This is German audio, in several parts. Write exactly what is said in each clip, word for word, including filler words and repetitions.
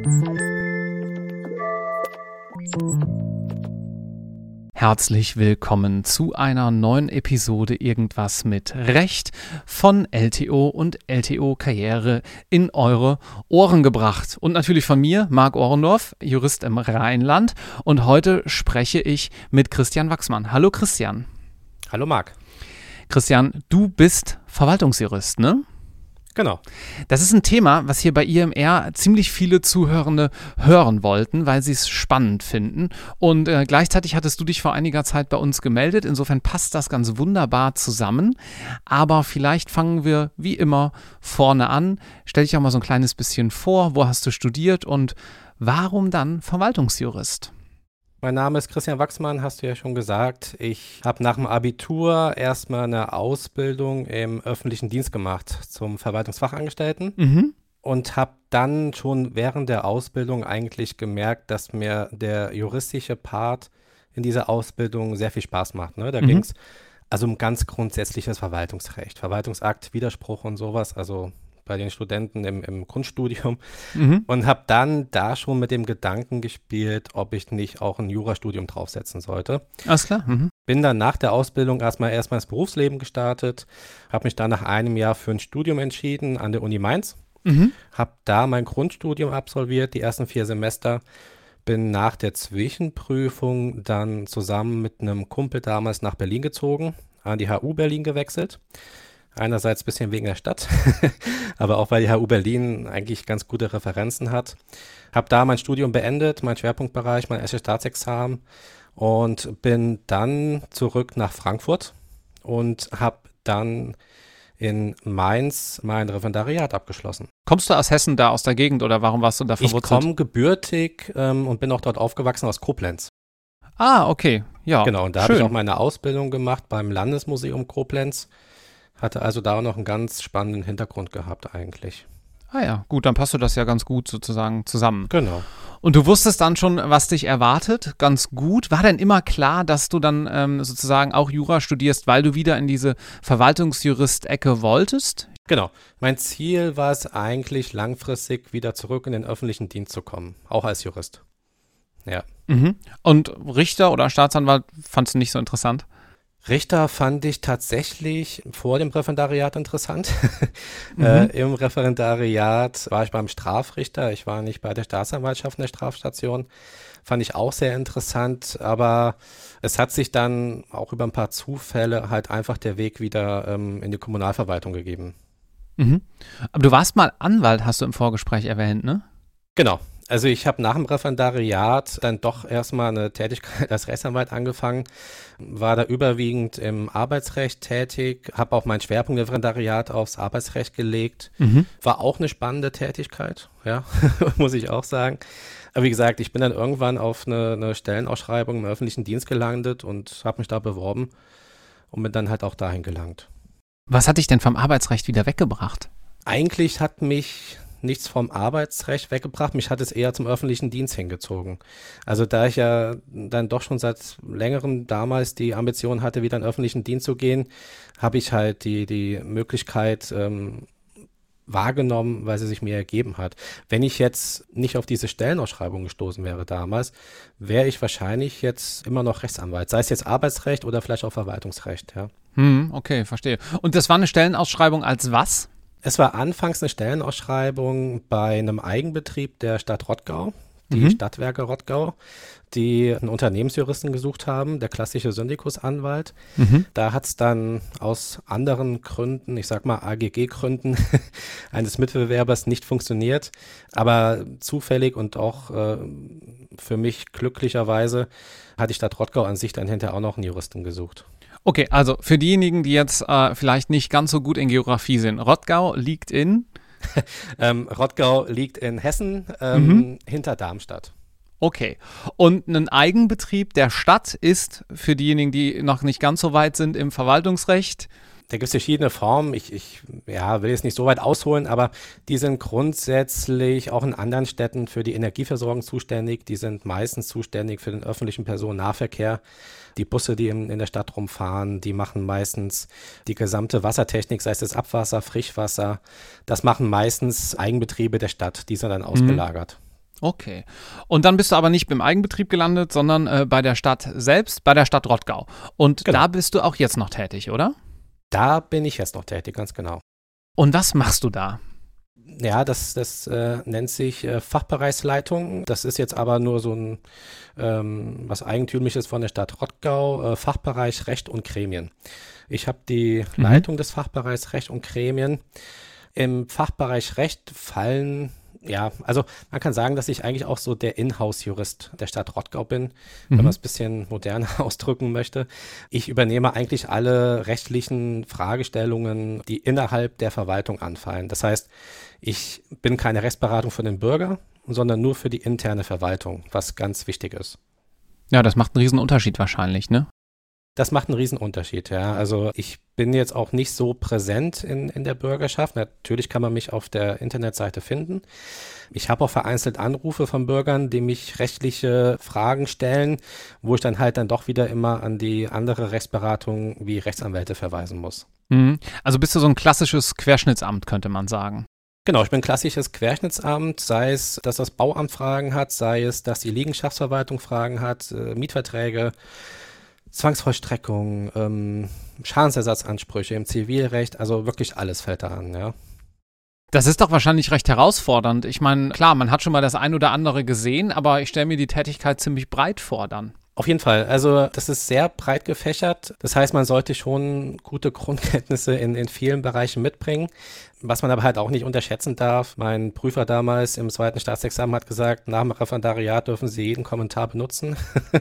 Herzlich willkommen zu einer neuen Episode Irgendwas mit Recht von L T O und L T O Karriere in eure Ohren gebracht. Und natürlich von mir, Marc Ohrendorf, Jurist im Rheinland. Und heute spreche ich mit Christian Wachsmann. Hallo Christian. Hallo Marc. Christian, du bist Verwaltungsjurist, ne? Genau. Das ist ein Thema, was hier bei I M R ziemlich viele Zuhörende hören wollten, weil sie es spannend finden. Und äh, gleichzeitig hattest du dich vor einiger Zeit bei uns gemeldet. Insofern passt das ganz wunderbar zusammen. Aber vielleicht fangen wir wie immer vorne an. Stell dich auch mal so ein kleines bisschen vor. Wo hast du studiert und warum dann Verwaltungsjurist? Mein Name ist Christian Wachsmann, hast du ja schon gesagt. Ich habe nach dem Abitur erstmal eine Ausbildung im öffentlichen Dienst gemacht zum Verwaltungsfachangestellten Mhm. und habe dann schon während der Ausbildung eigentlich gemerkt, dass mir der juristische Part in dieser Ausbildung sehr viel Spaß macht. Ne? Da Mhm. ging es also um ganz grundsätzliches Verwaltungsrecht, Verwaltungsakt, Widerspruch und sowas, also bei den Studenten im, im Grundstudium. Mhm. Und habe dann da schon mit dem Gedanken gespielt, ob ich nicht auch ein Jurastudium draufsetzen sollte. Alles klar. Mhm. Bin dann nach der Ausbildung erstmal erstmal ins Berufsleben gestartet, habe mich dann nach einem Jahr für ein Studium entschieden an der Uni Mainz, Mhm. habe da mein Grundstudium absolviert, die ersten vier Semester, bin nach der Zwischenprüfung dann zusammen mit einem Kumpel damals nach Berlin gezogen, an die H U Berlin gewechselt. Einerseits ein bisschen wegen der Stadt, aber auch weil die H U Berlin eigentlich ganz gute Referenzen hat. Habe da mein Studium beendet, mein Schwerpunktbereich, mein erstes Staatsexamen und bin dann zurück nach Frankfurt und habe dann in Mainz mein Referendariat abgeschlossen. Kommst du aus Hessen, da aus der Gegend, oder warum warst du da Ich verwurzelt? komme gebürtig ähm, und bin auch dort aufgewachsen aus Koblenz. Ah, okay. Ja, Genau, und da habe schön. ich auch meine Ausbildung gemacht beim Landesmuseum Koblenz. Hatte also da auch noch einen ganz spannenden Hintergrund gehabt eigentlich. Ah ja, gut, dann passt du das ja ganz gut sozusagen zusammen. Genau. Und du wusstest dann schon, was dich erwartet, ganz gut. War denn immer klar, dass du dann ähm, sozusagen auch Jura studierst, weil du wieder in diese Verwaltungsjurist-Ecke wolltest? Genau. Mein Ziel war es eigentlich, langfristig wieder zurück in den öffentlichen Dienst zu kommen, auch als Jurist. Ja. Mhm. Und Richter oder Staatsanwalt fandst du nicht so interessant? Richter fand ich tatsächlich vor dem Referendariat interessant. Mhm. äh, Im Referendariat war ich beim Strafrichter, ich war nicht bei der Staatsanwaltschaft in der Strafstation. Fand ich auch sehr interessant, aber es hat sich dann auch über ein paar Zufälle halt einfach der Weg wieder ähm, in die Kommunalverwaltung gegeben. Mhm. Aber du warst mal Anwalt, hast du im Vorgespräch erwähnt, ne? Genau. Also ich habe nach dem Referendariat dann doch erstmal eine Tätigkeit als Rechtsanwalt angefangen, war da überwiegend im Arbeitsrecht tätig, habe auch meinen Schwerpunkt im Referendariat aufs Arbeitsrecht gelegt. Mhm. War auch eine spannende Tätigkeit, ja, muss ich auch sagen. Aber wie gesagt, ich bin dann irgendwann auf eine, eine Stellenausschreibung im öffentlichen Dienst gelandet und habe mich da beworben und bin dann halt auch dahin gelangt. Was hat dich denn vom Arbeitsrecht wieder weggebracht? Eigentlich hat mich nichts vom Arbeitsrecht weggebracht, mich hat es eher zum öffentlichen Dienst hingezogen. Also da ich ja dann doch schon seit längerem damals die Ambition hatte, wieder in den öffentlichen Dienst zu gehen, habe ich halt die, die Möglichkeit ähm, wahrgenommen, weil sie sich mir ergeben hat. Wenn ich jetzt nicht auf diese Stellenausschreibung gestoßen wäre damals, wäre ich wahrscheinlich jetzt immer noch Rechtsanwalt, sei es jetzt Arbeitsrecht oder vielleicht auch Verwaltungsrecht, ja. Hm, okay, verstehe. Und das war eine Stellenausschreibung als was? Es war anfangs eine Stellenausschreibung bei einem Eigenbetrieb der Stadt Rottgau, die Mhm. Stadtwerke Rottgau, die einen Unternehmensjuristen gesucht haben, der klassische Syndikusanwalt. Mhm. Da hat es dann aus anderen Gründen, ich sag mal A G G-Gründen, eines Mitbewerbers nicht funktioniert. Aber zufällig und auch äh, für mich glücklicherweise hat die Stadt Rottgau an sich dann hinterher auch noch einen Juristen gesucht. Okay, also für diejenigen, die jetzt äh, vielleicht nicht ganz so gut in Geografie sind, Rottgau liegt in? ähm, Rottgau liegt in Hessen, ähm, Mhm. hinter Darmstadt. Okay. Und ein Eigenbetrieb der Stadt ist für diejenigen, die noch nicht ganz so weit sind im Verwaltungsrecht? Da gibt es verschiedene Formen. Ich, ich ja, will jetzt nicht so weit ausholen, aber die sind grundsätzlich auch in anderen Städten für die Energieversorgung zuständig. Die sind meistens zuständig für den öffentlichen Personennahverkehr. Die Busse, die in, in der Stadt rumfahren, die machen meistens die gesamte Wassertechnik, sei es das Abwasser, Frischwasser. Das machen meistens Eigenbetriebe der Stadt, die sind dann ausgelagert. Okay. Und dann bist du aber nicht im Eigenbetrieb gelandet, sondern äh, bei der Stadt selbst, bei der Stadt Rottgau. Und Genau. da bist du auch jetzt noch tätig, oder? Da bin ich jetzt noch tätig, ganz genau. Und was machst du da? Ja, das, das äh, nennt sich äh, Fachbereichsleitung. Das ist jetzt aber nur so ein ähm, was Eigentümliches von der Stadt Rottgau, äh, Fachbereich Recht und Gremien. Ich habe die Mhm. Leitung des Fachbereichs Recht und Gremien. Im Fachbereich Recht fallen, ja, also man kann sagen, dass ich eigentlich auch so der Inhouse-Jurist der Stadt Rottgau bin, wenn man Mhm. es ein bisschen moderner ausdrücken möchte. Ich übernehme eigentlich alle rechtlichen Fragestellungen, die innerhalb der Verwaltung anfallen. Das heißt, ich bin keine Rechtsberatung für den Bürger, sondern nur für die interne Verwaltung, was ganz wichtig ist. Ja, das macht einen riesen Unterschied wahrscheinlich, ne? Das macht einen riesen Unterschied, ja. Also ich bin jetzt auch nicht so präsent in, in der Bürgerschaft. Natürlich kann man mich auf der Internetseite finden. Ich habe auch vereinzelt Anrufe von Bürgern, die mich rechtliche Fragen stellen, wo ich dann halt dann doch wieder immer an die andere Rechtsberatung wie Rechtsanwälte verweisen muss. Mhm. Also bist du so ein klassisches Querschnittsamt, könnte man sagen. Genau, ich bin klassisches Querschnittsamt, sei es, dass das Bauamt Fragen hat, sei es, dass die Liegenschaftsverwaltung Fragen hat, äh, Mietverträge, Zwangsvollstreckung, ähm, Schadensersatzansprüche im Zivilrecht, also wirklich alles fällt da an, ja. Das ist doch wahrscheinlich recht herausfordernd. Ich meine, klar, man hat schon mal das ein oder andere gesehen, aber ich stelle mir die Tätigkeit ziemlich breit vor dann. Auf jeden Fall, also das ist sehr breit gefächert. Das heißt, man sollte schon gute Grundkenntnisse in, in vielen Bereichen mitbringen. Was man aber halt auch nicht unterschätzen darf. Mein Prüfer damals im zweiten Staatsexamen hat gesagt, nach dem Referendariat dürfen Sie jeden Kommentar benutzen.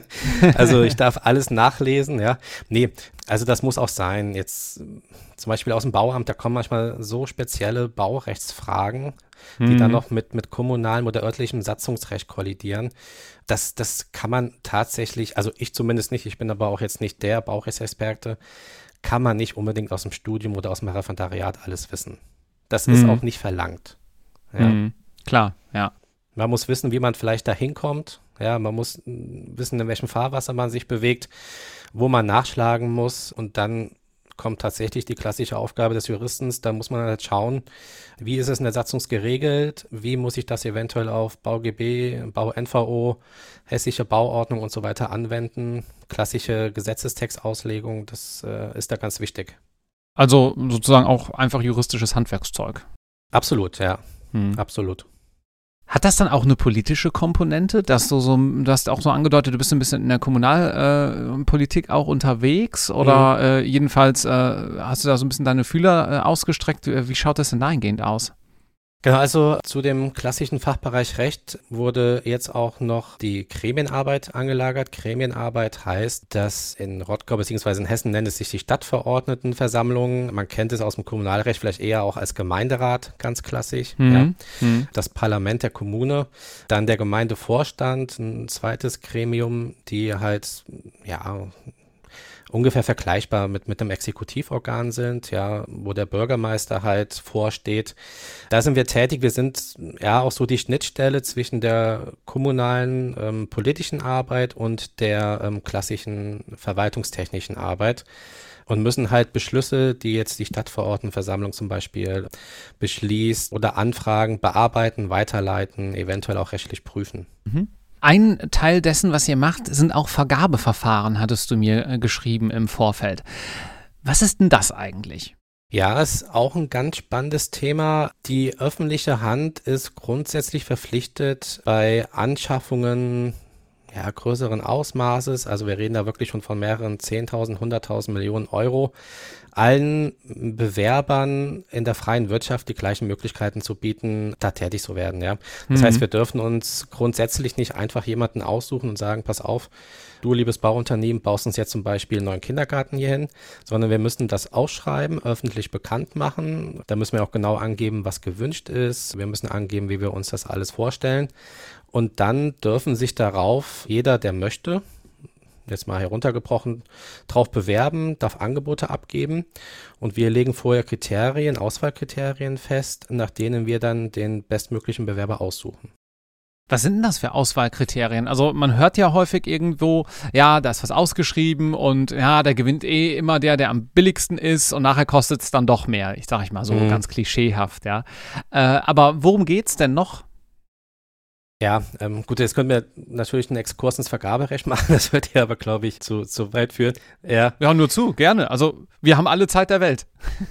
Also ich darf alles nachlesen, ja. Nee, also das muss auch sein. Jetzt zum Beispiel aus dem Bauamt, da kommen manchmal so spezielle Baurechtsfragen, die dann noch mit, mit kommunalem oder örtlichem Satzungsrecht kollidieren. Das, das kann man tatsächlich, also ich zumindest nicht, ich bin aber auch jetzt nicht der Baurechtsexperte, kann man nicht unbedingt aus dem Studium oder aus dem Referendariat alles wissen. Das ist Mhm. auch nicht verlangt. Ja. Mhm. Klar, ja. Man muss wissen, wie man vielleicht da hinkommt. Ja, man muss mm, wissen, in welchem Fahrwasser man sich bewegt, wo man nachschlagen muss, und dann kommt tatsächlich die klassische Aufgabe des Juristens. Da muss man halt schauen, wie ist es in der Satzung geregelt, wie muss ich das eventuell auf BauGB, Bau-N V O, hessische Bauordnung und so weiter anwenden. Klassische Gesetzestextauslegung, das äh, ist da ganz wichtig. Also sozusagen auch einfach juristisches Handwerkszeug. Absolut, ja, Hm. absolut. Hat das dann auch eine politische Komponente, dass du so, du hast auch so angedeutet, du bist ein bisschen in der Kommunalpolitik äh, auch unterwegs, oder Mhm. äh, jedenfalls äh, hast du da so ein bisschen deine Fühler äh, ausgestreckt? Wie schaut das denn dahingehend aus? Genau, also zu dem klassischen Fachbereich Recht wurde jetzt auch noch die Gremienarbeit angelagert. Gremienarbeit heißt, dass in Rottgau bzw. in Hessen nennt es sich die Stadtverordnetenversammlung. Man kennt es aus dem Kommunalrecht vielleicht eher auch als Gemeinderat, ganz klassisch. Ja. Mhm. Mhm. Das Parlament der Kommune, dann der Gemeindevorstand, ein zweites Gremium, die halt, ja, ungefähr vergleichbar mit, mit einem Exekutivorgan sind, ja, wo der Bürgermeister halt vorsteht. Da sind wir tätig. Wir sind ja auch so die Schnittstelle zwischen der kommunalen ähm, politischen Arbeit und der ähm, klassischen verwaltungstechnischen Arbeit und müssen halt Beschlüsse, die jetzt die Stadtverordnetenversammlung zum Beispiel beschließt, oder Anfragen bearbeiten, weiterleiten, eventuell auch rechtlich prüfen. Mhm. Ein Teil dessen, was ihr macht, sind auch Vergabeverfahren, hattest du mir äh, geschrieben im Vorfeld. Was ist denn das eigentlich? Ja, ist auch ein ganz spannendes Thema. Die öffentliche Hand ist grundsätzlich verpflichtet, bei Anschaffungen ja, größeren Ausmaßes, also wir reden da wirklich schon von mehreren zehntausend, hunderttausend Millionen Euro, allen Bewerbern in der freien Wirtschaft die gleichen Möglichkeiten zu bieten, da tätig zu werden. Ja. Das Mhm. heißt, wir dürfen uns grundsätzlich nicht einfach jemanden aussuchen und sagen, pass auf, du, liebes Bauunternehmen, baust uns jetzt zum Beispiel einen neuen Kindergarten hier hin, sondern wir müssen das ausschreiben, öffentlich bekannt machen. Da müssen wir auch genau angeben, was gewünscht ist. Wir müssen angeben, wie wir uns das alles vorstellen. Und dann dürfen sich darauf jeder, der möchte, jetzt mal heruntergebrochen, drauf bewerben, darf Angebote abgeben. Und wir legen vorher Kriterien, Auswahlkriterien fest, nach denen wir dann den bestmöglichen Bewerber aussuchen. Was sind denn das für Auswahlkriterien? Also man hört ja häufig irgendwo, ja, da ist was ausgeschrieben und ja, da gewinnt eh immer der, der am billigsten ist, und nachher kostet es dann doch mehr. Ich sage ich mal so Mhm. ganz klischeehaft, ja. Äh, aber worum geht's denn noch? Ja, ähm, gut, jetzt können wir natürlich einen Exkurs ins Vergaberecht machen, das wird ja aber, glaube ich, zu, zu weit führen. Ja. Ja, nur zu, gerne. Also wir haben alle Zeit der Welt.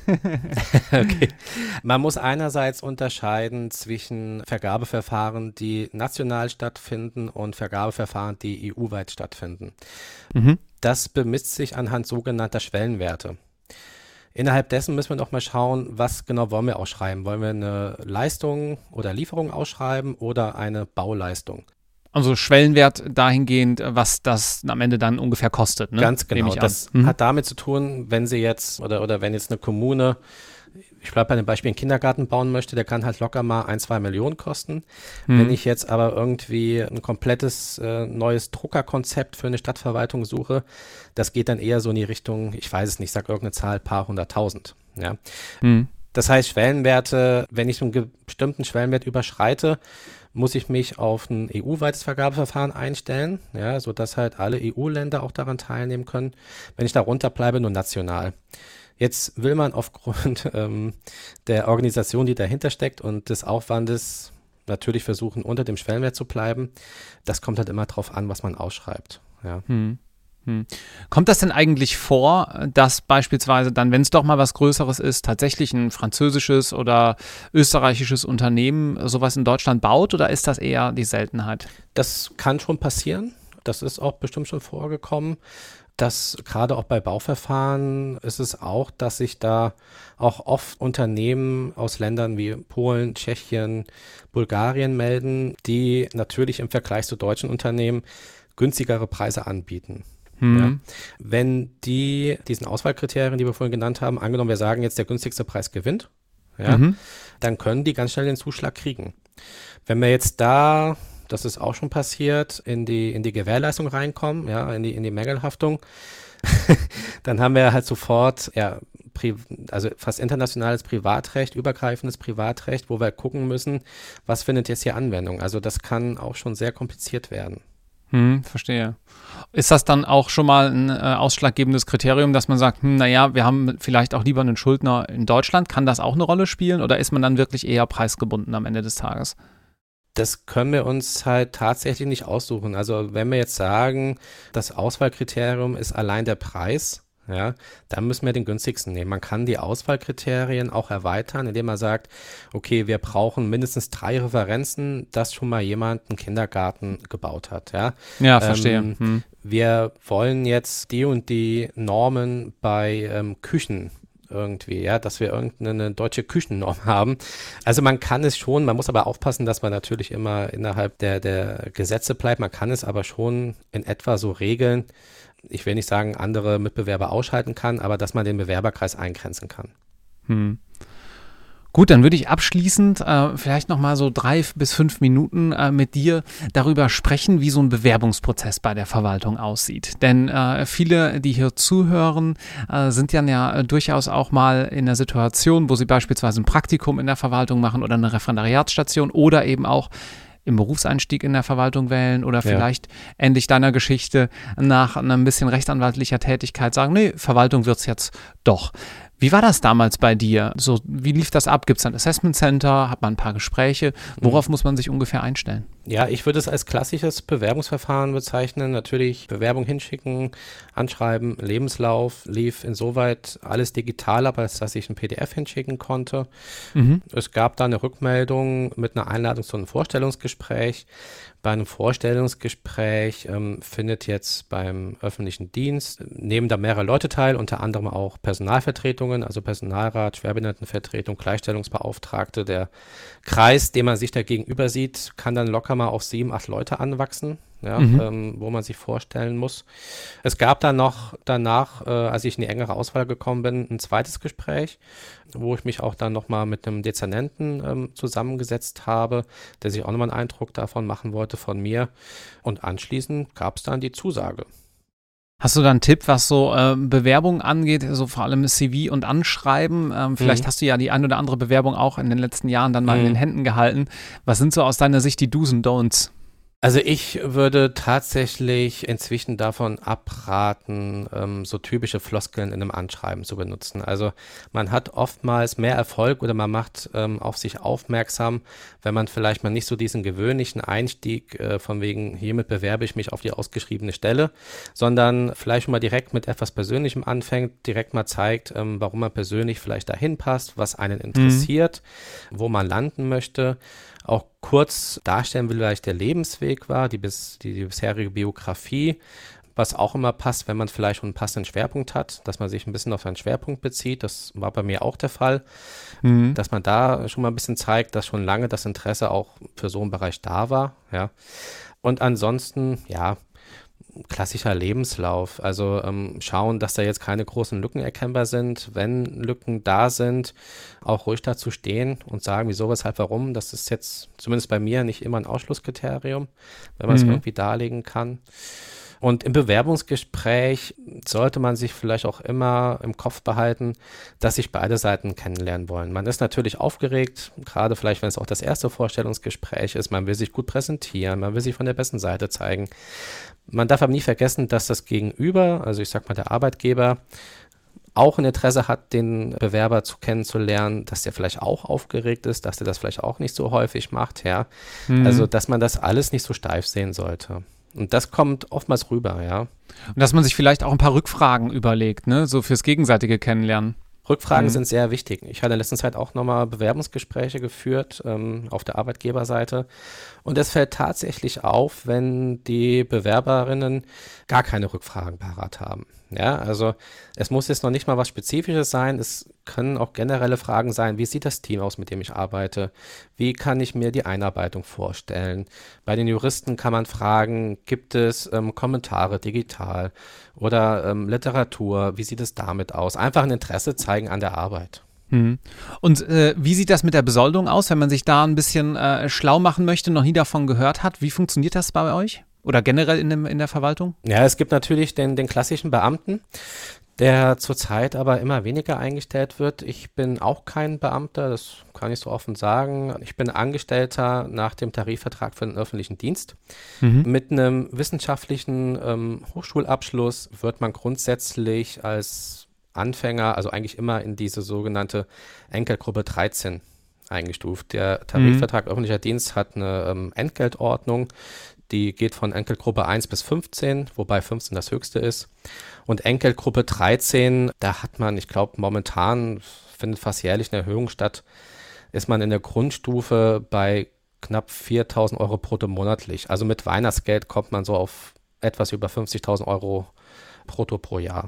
Okay. Man muss einerseits unterscheiden zwischen Vergabeverfahren, die national stattfinden und Vergabeverfahren, die E U-weit stattfinden. Mhm. Das bemisst sich anhand sogenannter Schwellenwerte. Innerhalb dessen müssen wir noch mal schauen, was genau wollen wir ausschreiben. Wollen wir eine Leistung oder Lieferung ausschreiben oder eine Bauleistung? Also Schwellenwert dahingehend, was das am Ende dann ungefähr kostet, ne? Ganz Nehme genau. ich an. Das Mhm. hat damit zu tun, wenn Sie jetzt oder, oder wenn jetzt eine Kommune, ich bleibe bei dem Beispiel, einen Kindergarten bauen möchte, der kann halt locker mal ein, zwei Millionen kosten. Mhm. Wenn ich jetzt aber irgendwie ein komplettes äh, neues Druckerkonzept für eine Stadtverwaltung suche, das geht dann eher so in die Richtung, ich weiß es nicht, sag irgendeine Zahl, paar hunderttausend. Ja. Mhm. Das heißt, Schwellenwerte, wenn ich einen ge- bestimmten Schwellenwert überschreite, muss ich mich auf ein E U-weites Vergabeverfahren einstellen, ja, sodass halt alle E U-Länder auch daran teilnehmen können. Wenn ich darunter bleibe, nur national. Jetzt will man aufgrund ähm, der Organisation, die dahinter steckt und des Aufwandes natürlich versuchen, unter dem Schwellenwert zu bleiben. Das kommt halt immer drauf an, was man ausschreibt. Ja. Hm. Hm. Kommt das denn eigentlich vor, dass beispielsweise dann, wenn es doch mal was Größeres ist, tatsächlich ein französisches oder österreichisches Unternehmen sowas in Deutschland baut, oder ist das eher die Seltenheit? Das kann schon passieren. Das ist auch bestimmt schon vorgekommen. Das gerade auch bei Bauverfahren ist es auch, dass sich da auch oft Unternehmen aus Ländern wie Polen, Tschechien, Bulgarien melden, die natürlich im Vergleich zu deutschen Unternehmen günstigere Preise anbieten. Hm. Ja. Wenn die diesen Auswahlkriterien, die wir vorhin genannt haben, angenommen, wir sagen jetzt, der günstigste Preis gewinnt, ja, Mhm. dann können die ganz schnell den Zuschlag kriegen. Wenn wir jetzt da, das ist auch schon passiert, in die, in die Gewährleistung reinkommen, ja, in die, in die Mängelhaftung, dann haben wir halt sofort, ja, Pri- also fast internationales Privatrecht, übergreifendes Privatrecht, wo wir gucken müssen, was findet jetzt hier Anwendung. Also das kann auch schon sehr kompliziert werden. Hm, verstehe. Ist das dann auch schon mal ein äh, ausschlaggebendes Kriterium, dass man sagt, hm, naja, wir haben vielleicht auch lieber einen Schuldner in Deutschland? Kann das auch eine Rolle spielen, oder ist man dann wirklich eher preisgebunden am Ende des Tages? Das können wir uns halt tatsächlich nicht aussuchen. Also wenn wir jetzt sagen, das Auswahlkriterium ist allein der Preis, ja, dann müssen wir den günstigsten nehmen. Man kann die Auswahlkriterien auch erweitern, indem man sagt, okay, wir brauchen mindestens drei Referenzen, dass schon mal jemand einen Kindergarten gebaut hat. Ja, Ja, verstehe. Ähm, Hm. wir wollen jetzt die und die Normen bei ähm, Küchen irgendwie, ja, dass wir irgendeine deutsche Küchennorm haben. Also man kann es schon, man muss aber aufpassen, dass man natürlich immer innerhalb der, der Gesetze bleibt. Man kann es aber schon in etwa so regeln, ich will nicht sagen, andere Mitbewerber ausschalten kann, aber dass man den Bewerberkreis eingrenzen kann. Hm. Gut, dann würde ich abschließend äh, vielleicht noch mal so drei bis fünf Minuten äh, mit dir darüber sprechen, wie so ein Bewerbungsprozess bei der Verwaltung aussieht. Denn äh, viele, die hier zuhören, äh, sind ja, ja äh, durchaus auch mal in der Situation, wo sie beispielsweise ein Praktikum in der Verwaltung machen oder eine Referendariatsstation oder eben auch im Berufseinstieg in der Verwaltung wählen oder vielleicht ja. ähnlich deiner Geschichte nach ein bisschen rechtsanwaltlicher Tätigkeit sagen, nee, Verwaltung wird's jetzt doch. Wie war das damals bei dir? So, wie lief das ab? Gibt es ein Assessment Center? Hat man ein paar Gespräche? Worauf mhm. muss man sich ungefähr einstellen? Ja, ich würde es als klassisches Bewerbungsverfahren bezeichnen. Natürlich Bewerbung hinschicken, anschreiben, Lebenslauf, lief insoweit alles digital, aber dass ich ein P D F hinschicken konnte. Mhm. Es gab da eine Rückmeldung mit einer Einladung zu einem Vorstellungsgespräch. Bei einem Vorstellungsgespräch ähm, findet jetzt beim öffentlichen Dienst, nehmen da mehrere Leute teil, unter anderem auch Personalvertretungen, also Personalrat, Schwerbehindertenvertretung, Gleichstellungsbeauftragte. Der Kreis, den man sich da gegenüber sieht, kann dann locker mal auf sieben, acht Leute anwachsen, ja, mhm. ähm, wo man sich vorstellen muss. Es gab dann noch danach, äh, als ich in die engere Auswahl gekommen bin, ein zweites Gespräch, wo ich mich auch dann nochmal mit einem Dezernenten ähm, zusammengesetzt habe, der sich auch nochmal einen Eindruck davon machen wollte von mir. Und anschließend gab es dann die Zusage. Hast du da einen Tipp, was so äh, Bewerbungen angeht, so vor allem C V und Anschreiben? Ähm, vielleicht mhm. hast du ja die ein oder andere Bewerbung auch in den letzten Jahren dann mal mhm. in den Händen gehalten. Was sind so aus deiner Sicht die Do's und Don'ts? Also ich würde tatsächlich inzwischen davon abraten, ähm, so typische Floskeln in einem Anschreiben zu benutzen. Also man hat oftmals mehr Erfolg oder man macht ähm, auf sich aufmerksam, wenn man vielleicht mal nicht so diesen gewöhnlichen Einstieg äh, von wegen, hiermit bewerbe ich mich auf die ausgeschriebene Stelle, sondern vielleicht mal direkt mit etwas Persönlichem anfängt, direkt mal zeigt, ähm, warum man persönlich vielleicht dahin passt, was einen interessiert, mhm. wo man landen möchte. Auch kurz darstellen will, vielleicht der Lebensweg war, die, bis, die, die bisherige Biografie, was auch immer passt, wenn man vielleicht schon einen passenden Schwerpunkt hat, dass man sich ein bisschen auf seinen Schwerpunkt bezieht. Das war bei mir auch der Fall, mhm. dass man da schon mal ein bisschen zeigt, dass schon lange das Interesse auch für so einen Bereich da war. Ja. Und ansonsten, ja, klassischer Lebenslauf, also ähm, schauen, dass da jetzt keine großen Lücken erkennbar sind. Wenn Lücken da sind, auch ruhig dazu stehen und sagen, wieso, weshalb, warum. Das ist jetzt zumindest bei mir nicht immer ein Ausschlusskriterium, wenn man es mhm. irgendwie darlegen kann. Und im Bewerbungsgespräch sollte man sich vielleicht auch immer im Kopf behalten, dass sich beide Seiten kennenlernen wollen. Man ist natürlich aufgeregt, gerade vielleicht, wenn es auch das erste Vorstellungsgespräch ist. Man will sich gut präsentieren, man will sich von der besten Seite zeigen. Man darf aber nie vergessen, dass das Gegenüber, also ich sag mal der Arbeitgeber, auch ein Interesse hat, den Bewerber zu kennenzulernen, dass der vielleicht auch aufgeregt ist, dass der das vielleicht auch nicht so häufig macht. Ja, mhm. Also dass man das alles nicht so steif sehen sollte. Und das kommt oftmals rüber, ja. Und dass man sich vielleicht auch ein paar Rückfragen überlegt, ne, so fürs gegenseitige Kennenlernen. Rückfragen mhm. sind sehr wichtig. Ich hatte in letzter Zeit auch nochmal Bewerbungsgespräche geführt ähm, auf der Arbeitgeberseite. Und es fällt tatsächlich auf, wenn die Bewerberinnen gar keine Rückfragen parat haben. Ja, also es muss jetzt noch nicht mal was Spezifisches sein. Es können auch generelle Fragen sein. Wie sieht das Team aus, mit dem ich arbeite? Wie kann ich mir die Einarbeitung vorstellen? Bei den Juristen kann man fragen, gibt es ähm, Kommentare digital oder ähm, Literatur? Wie sieht es damit aus? Einfach ein Interesse zeigen an der Arbeit. Hm. Und äh, wie sieht das mit der Besoldung aus, wenn man sich da ein bisschen äh, schlau machen möchte, noch nie davon gehört hat? Wie funktioniert das bei euch? Oder generell in, dem, in der Verwaltung? Ja, es gibt natürlich den, den klassischen Beamten, der zurzeit aber immer weniger eingestellt wird. Ich bin auch kein Beamter, das kann ich so offen sagen. Ich bin Angestellter nach dem Tarifvertrag für den öffentlichen Dienst. Mhm. Mit einem wissenschaftlichen ähm, Hochschulabschluss wird man grundsätzlich als Anfänger, also eigentlich immer in diese sogenannte Entgeltgruppe dreizehn eingestuft. Der Tarifvertrag mhm. öffentlicher Dienst hat eine ähm, Entgeltordnung, die geht von Entgeltgruppe eins bis fünfzehn, wobei fünfzehn das höchste ist. Und Entgeltgruppe dreizehn, da hat man, ich glaube, momentan findet fast jährlich eine Erhöhung statt, ist man in der Grundstufe bei knapp viertausend Euro brutto monatlich. Also mit Weihnachtsgeld kommt man so auf etwas über fünfzigtausend Euro brutto pro Jahr.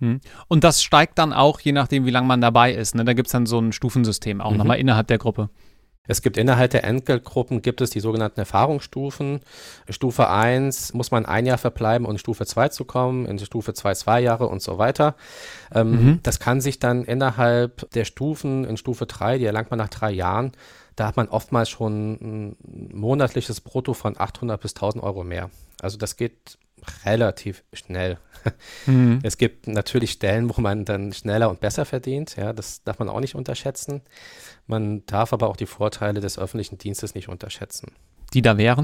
Und das steigt dann auch, je nachdem, wie lange man dabei ist. Ne? Da gibt es dann so ein Stufensystem, auch mhm. nochmal innerhalb der Gruppe. Es gibt innerhalb der Entgeltgruppen gibt es die sogenannten Erfahrungsstufen. Stufe eins muss man ein Jahr verbleiben, um in Stufe zwei zu kommen, in Stufe zwei zwei Jahre und so weiter. Ähm, mhm. Das kann sich dann innerhalb der Stufen, in Stufe drei, die erlangt man nach drei Jahren, da hat man oftmals schon ein monatliches Brutto von achthundert bis tausend Euro mehr. Also das geht relativ schnell. Mhm. Es gibt natürlich Stellen, wo man dann schneller und besser verdient. Ja, das darf man auch nicht unterschätzen. Man darf aber auch die Vorteile des öffentlichen Dienstes nicht unterschätzen. Die da wären?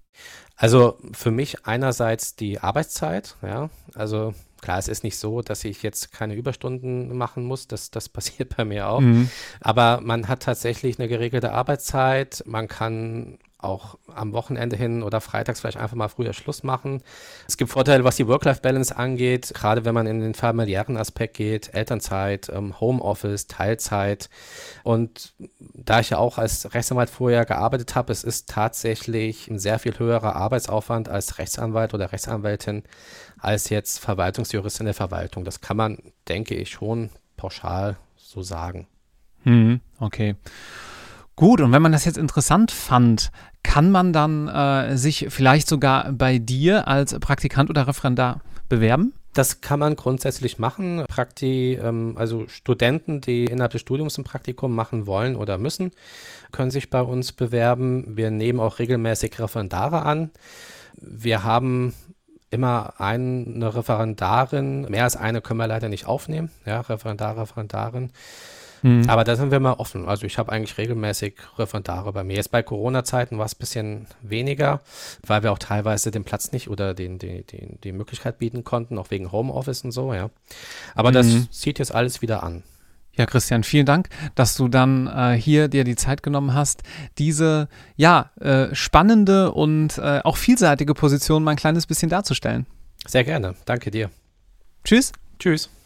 Also für mich einerseits die Arbeitszeit. Ja, also klar, es ist nicht so, dass ich jetzt keine Überstunden machen muss. Das, das passiert bei mir auch. Mhm. Aber man hat tatsächlich eine geregelte Arbeitszeit. Man kann auch am Wochenende hin oder freitags vielleicht einfach mal früher Schluss machen. Es gibt Vorteile, was die Work-Life-Balance angeht, gerade wenn man in den familiären Aspekt geht, Elternzeit, ähm, Homeoffice, Teilzeit. Und da ich ja auch als Rechtsanwalt vorher gearbeitet habe, es ist tatsächlich ein sehr viel höherer Arbeitsaufwand als Rechtsanwalt oder Rechtsanwältin als jetzt Verwaltungsjurist in der Verwaltung. Das kann man, denke ich, schon pauschal so sagen. Hm, okay. Gut, und wenn man das jetzt interessant fand, kann man dann äh, sich vielleicht sogar bei dir als Praktikant oder Referendar bewerben? Das kann man grundsätzlich machen. Prakti, ähm, also Studenten, die innerhalb des Studiums ein Praktikum machen wollen oder müssen, können sich bei uns bewerben. Wir nehmen auch regelmäßig Referendare an. Wir haben immer eine Referendarin, mehr als eine können wir leider nicht aufnehmen, ja, Referendar, Referendarin. Mhm. Aber da sind wir mal offen. Also ich habe eigentlich regelmäßig Referendare bei mir. Jetzt bei Corona-Zeiten war es ein bisschen weniger, weil wir auch teilweise den Platz nicht oder den, die, die, die Möglichkeit bieten konnten, auch wegen Homeoffice und so, ja. Aber Mhm. das zieht jetzt alles wieder an. Ja, Christian, vielen Dank, dass du dann äh, hier dir die Zeit genommen hast, diese ja äh, spannende und äh, auch vielseitige Position mal ein kleines bisschen darzustellen. Sehr gerne. Danke dir. Tschüss. Tschüss.